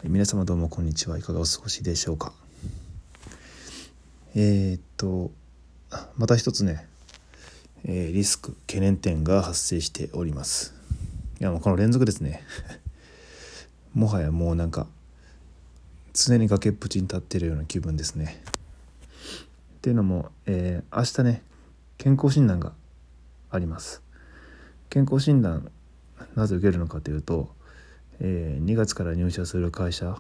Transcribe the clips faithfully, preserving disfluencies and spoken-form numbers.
皆様どうもこんにちは。いかがお過ごしでしょうか。えー、っとまた一つね、えー、リスク懸念点が発生しております。いやもうこの連続ですねもはやもうなんか常に崖っぷちに立っているような気分ですね。っていうのも、えー、明日ね健康診断があります。健康診断なぜ受けるのかというと、えー、にがつから入社する会社、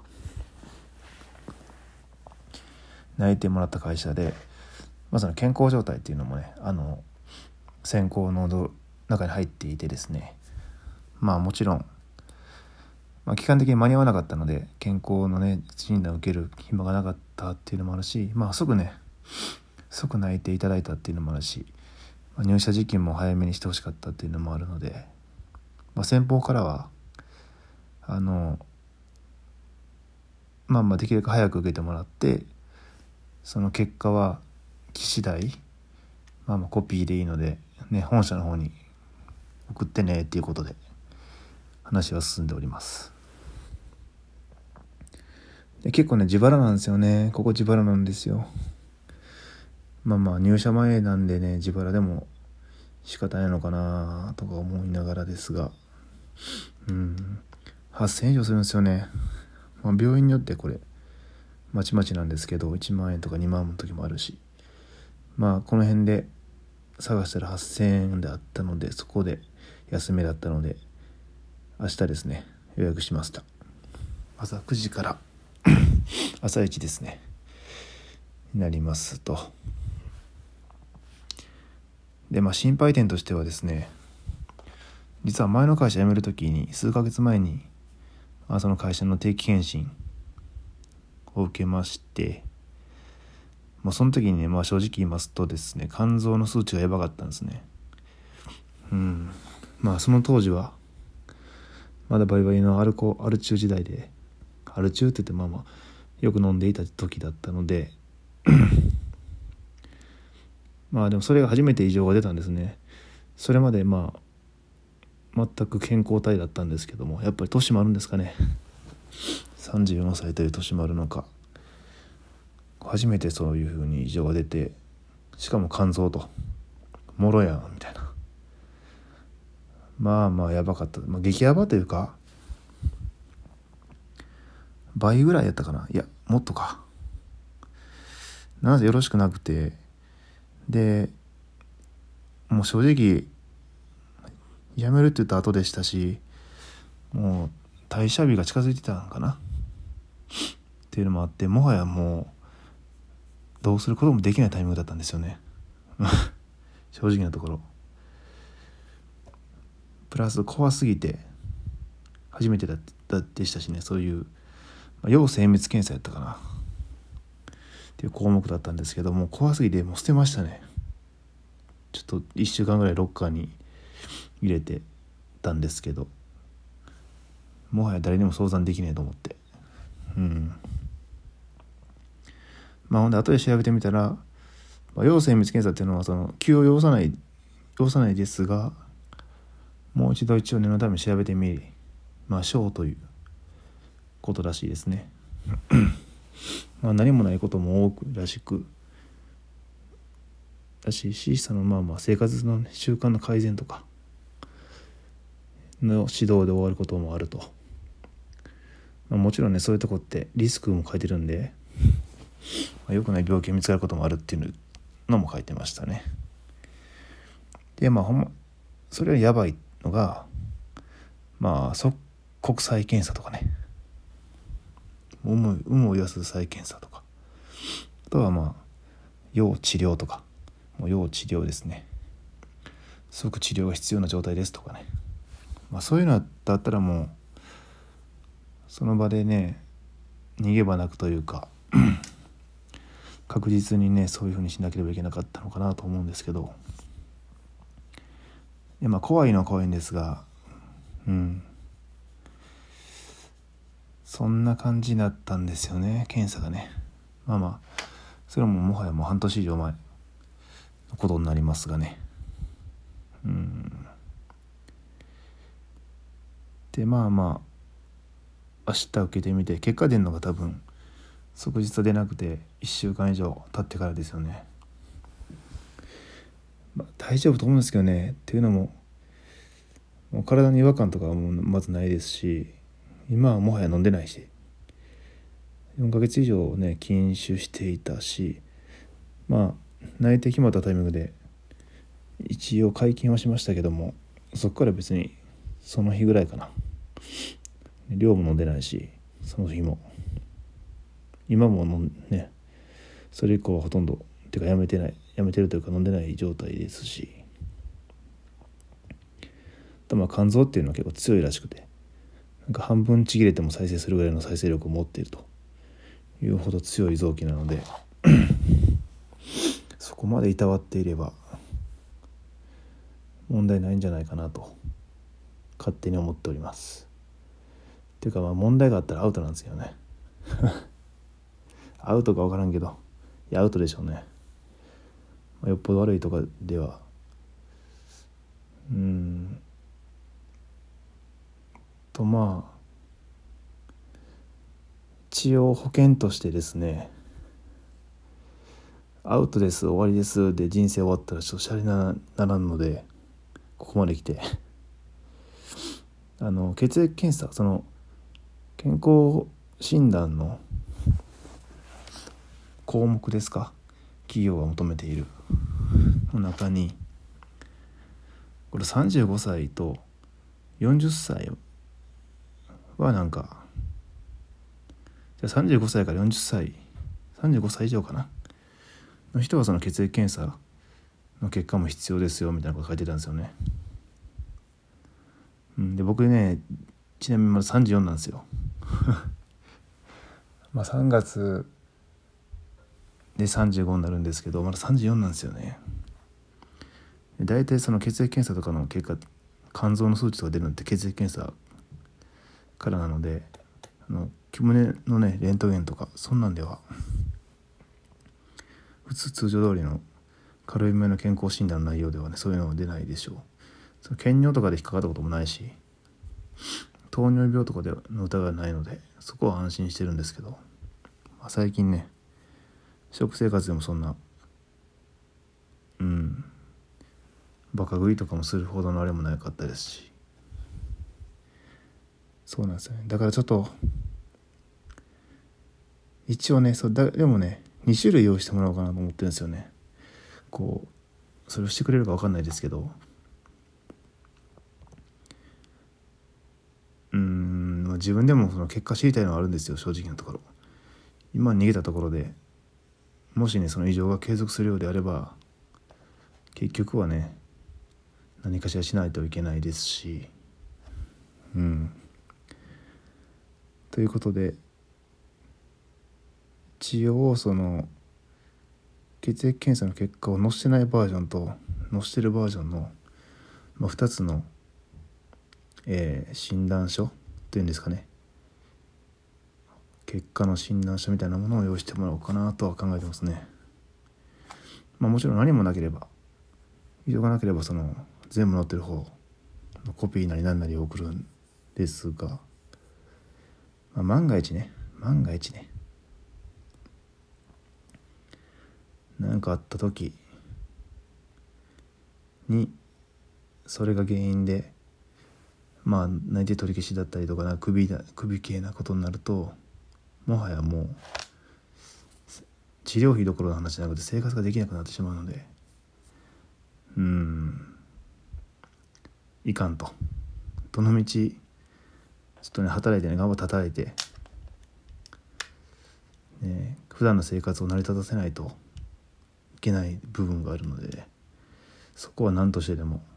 内定もらった会社で、まあ、その健康状態っていうのもねあの選考の中に入っていてですね、まあもちろん、まあ、期間的に間に合わなかったので健康のね診断を受ける暇がなかったっていうのもあるし、まあ即ね即内定いただいたっていうのもあるし、まあ、入社時期も早めにしてほしかったっていうのもあるので、まあ、先方からはあのまあまあできるだけ早く受けてもらって、その結果は期次第まあまあコピーでいいのでね本社の方に送ってねっていうことで話は進んでおります。で結構ね自腹なんですよね。ここ自腹なんですよ。まあまあ入社前なんでね自腹でも仕方ないのかなとか思いながらですが、うんはっせんえん以上するんですよね。まあ、病院によってこれまちまちなんですけどいちまんえんとかにまんの時もあるし、まあこの辺で探したらはっせんえんであったので、そこで安めだったので明日ですね予約しました。朝くじから朝一ですねになりますと。でまあ心配点としてはですね、実は前の会社辞めるときに数ヶ月前に、まあ、その会社の定期検診を受けまして、まあ、その時にね、まあ、正直言いますとですね肝臓の数値がやばかったんですね。うんまあその当時はまだバリバリのアルコアル中時代で、アル中って言ってまあまあよく飲んでいた時だったのでまあでもそれが初めて異常が出たんですね。それまでまあ全く健康体だったんですけども、やっぱり年もあるんですかね。さんじゅうよんさいという年もあるのか、初めてそういう風に異常が出て、しかも肝臓ともろやんみたいな、まあまあやばかった、まあ、激ヤバというか倍ぐらいやったかな、いやもっとか、なぜよろしくなくて、でもう正直辞めるって言った後でしたし、もう退社日が近づいてたのかなっていうのもあって、もはやもうどうすることもできないタイミングだったんですよね正直なところ。プラス怖すぎて初めてだったでしたしね、そういう、まあ、要精密検査やったかなっていう項目だったんですけども、怖すぎてもう捨てましたね。ちょっといっしゅうかんぐらいロッカーに入れてたんですけど、もはや誰にも相談できねえと思って、うんまあほんで後で調べてみたら、まあ、要精密検査っていうのはその急を要さない要さないですが、もう一度一応念のために調べてみましょうということらしいですねまあ何もないことも多くらしくらしいし、そのまあまあ生活の、ね、習慣の改善とかの指導で終わることもあると、まあ、もちろんねそういうとこってリスクも書いてるんで、まあ、良くない病気が見つかることもあるっていうのも書いてましたね。でまあほんまそれはやばいのが、まあ即刻再検査とかね、有無有無を言わす再検査とか、あとはまあ要治療とか、もう要治療ですね、即治療が必要な状態ですとかね、まあ、そういうのだったらもうその場でね逃げ場なくというか確実にねそういうふうにしなければいけなかったのかなと思うんですけど、いやまあ怖いのは怖いんですが、うんそんな感じだったんですよね、検査がね。まあまあそれももはやもう半年以上前のことになりますがね。うんでまあまあ明日受けてみて結果出るのが多分即日は出なくていっしゅうかん以上経ってからですよね。まあ、大丈夫と思うんですけどね。っていうのも、もう体に違和感とかはもうまずないですし、今はもはや飲んでないし、よんかげつ以上ね禁酒していたし、まあ内定決まったタイミングで一応解禁はしましたけども、そこから別にその日ぐらいかな、量も飲んでないし、その日も今も飲んねそれ以降はほとんどてかやめてないやめてるというか飲んでない状態ですし、まあ肝臓っていうのは結構強いらしくて、なんか半分ちぎれても再生するぐらいの再生力を持っているというほど強い臓器なのでそこまでいたわっていれば問題ないんじゃないかなと勝手に思っております。っていうかまあ問題があったらアウトなんですよねアウトか分からんけど、いやアウトでしょうね。よっぽど悪いとかではうーんとまあ一応保険としてですね、アウトです終わりですで人生終わったらちょっとシャレなならんので、ここまで来てあの血液検査、その健康診断の項目ですか、企業が求めているの中にこれさんじゅうごさいとよんじゅっさいはなんか、じゃあさんじゅうごさいからよんじゅっさいさんじゅうごさい以上かなの人はその血液検査の結果も必要ですよみたいなこと書いてたんですよね。うん、で僕ねちなみにまださんじゅうよんなんですよまあさんがつでさんじゅうごになるんですけど、まださんじゅうよんなんですよね。だいたいその血液検査とかの結果、肝臓の数値とか出るのって血液検査からなので、あの胸のねレントゲンとかそんなんでは普通通常通りの軽いめの健康診断の内容ではねそういうのは出ないでしょう。その検尿とかで引っかかったこともないし、糖尿病とかでの疑いはないのでそこは安心してるんですけど、まあ、最近ね食生活でもそんなうんバカ食いとかもするほどのあれもなかったですし、そうなんですよね。だからちょっと一応ねそうだでもねに種類用意してもらおうかなと思ってるんですよね。こうそれをしてくれるか分かんないですけど、うーん自分でもその結果知りたいのはあるんですよ、正直なところ。今逃げたところでもしねその異常が継続するようであれば結局はね何かしらしないといけないですし、うんということで一応その血液検査の結果を載せてないバージョンと載せてるバージョンの、まあ、ふたつの、えー診断書っていうんですかね、結果の診断書みたいなものを用意してもらおうかなとは考えてますね。まあもちろん何もなければ異常がなければその全部載ってる方のコピーなり何なりを送るんですが、まあ、万が一ね万が一ね何かあった時にそれが原因でまあ内定取り消しだったりとかな首だ首系なことになると、もはやもう治療費どころの話じゃなくて生活ができなくなってしまうので、うーんいかんと。どの道ちょっとね働いてね頑張って働いて、ね、普段の生活を成り立たせないといけない部分があるので、そこは何としてでも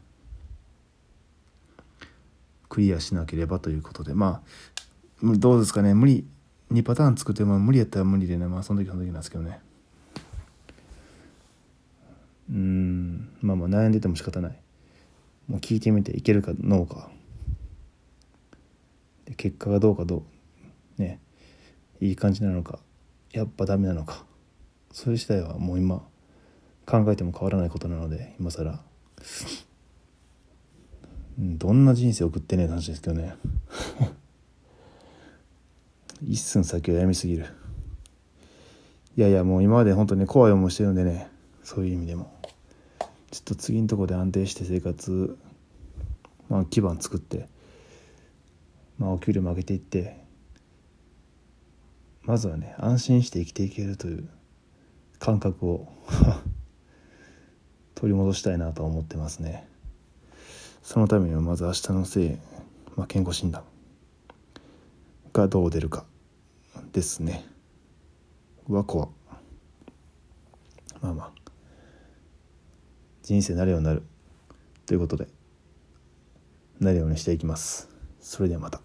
クリアしなければということで、まあどうですかね、無理にパターン作っても無理やったら無理でね、まあその時その時なんですけどね、うーんまあまあ悩んでても仕方ない。もう聞いてみていけるかどうかで、結果がどうかどうねいい感じなのかやっぱダメなのか、それ自体はもう今考えても変わらないことなので、今更どんな人生送ってねえ話ですけどね一寸先は闇すぎる。いやいや、もう今まで本当に怖い思いしてるんでね、そういう意味でもちょっと次のところで安定して生活、まあ、基盤作って、まあ、お給料も上げていって、まずはね安心して生きていけるという感覚を取り戻したいなと思ってますね。そのためにはまず明日のせい、まあ、健康診断がどう出るかですね。は怖まあまあ人生なるようになるということでなるようにしていきます。それではまた。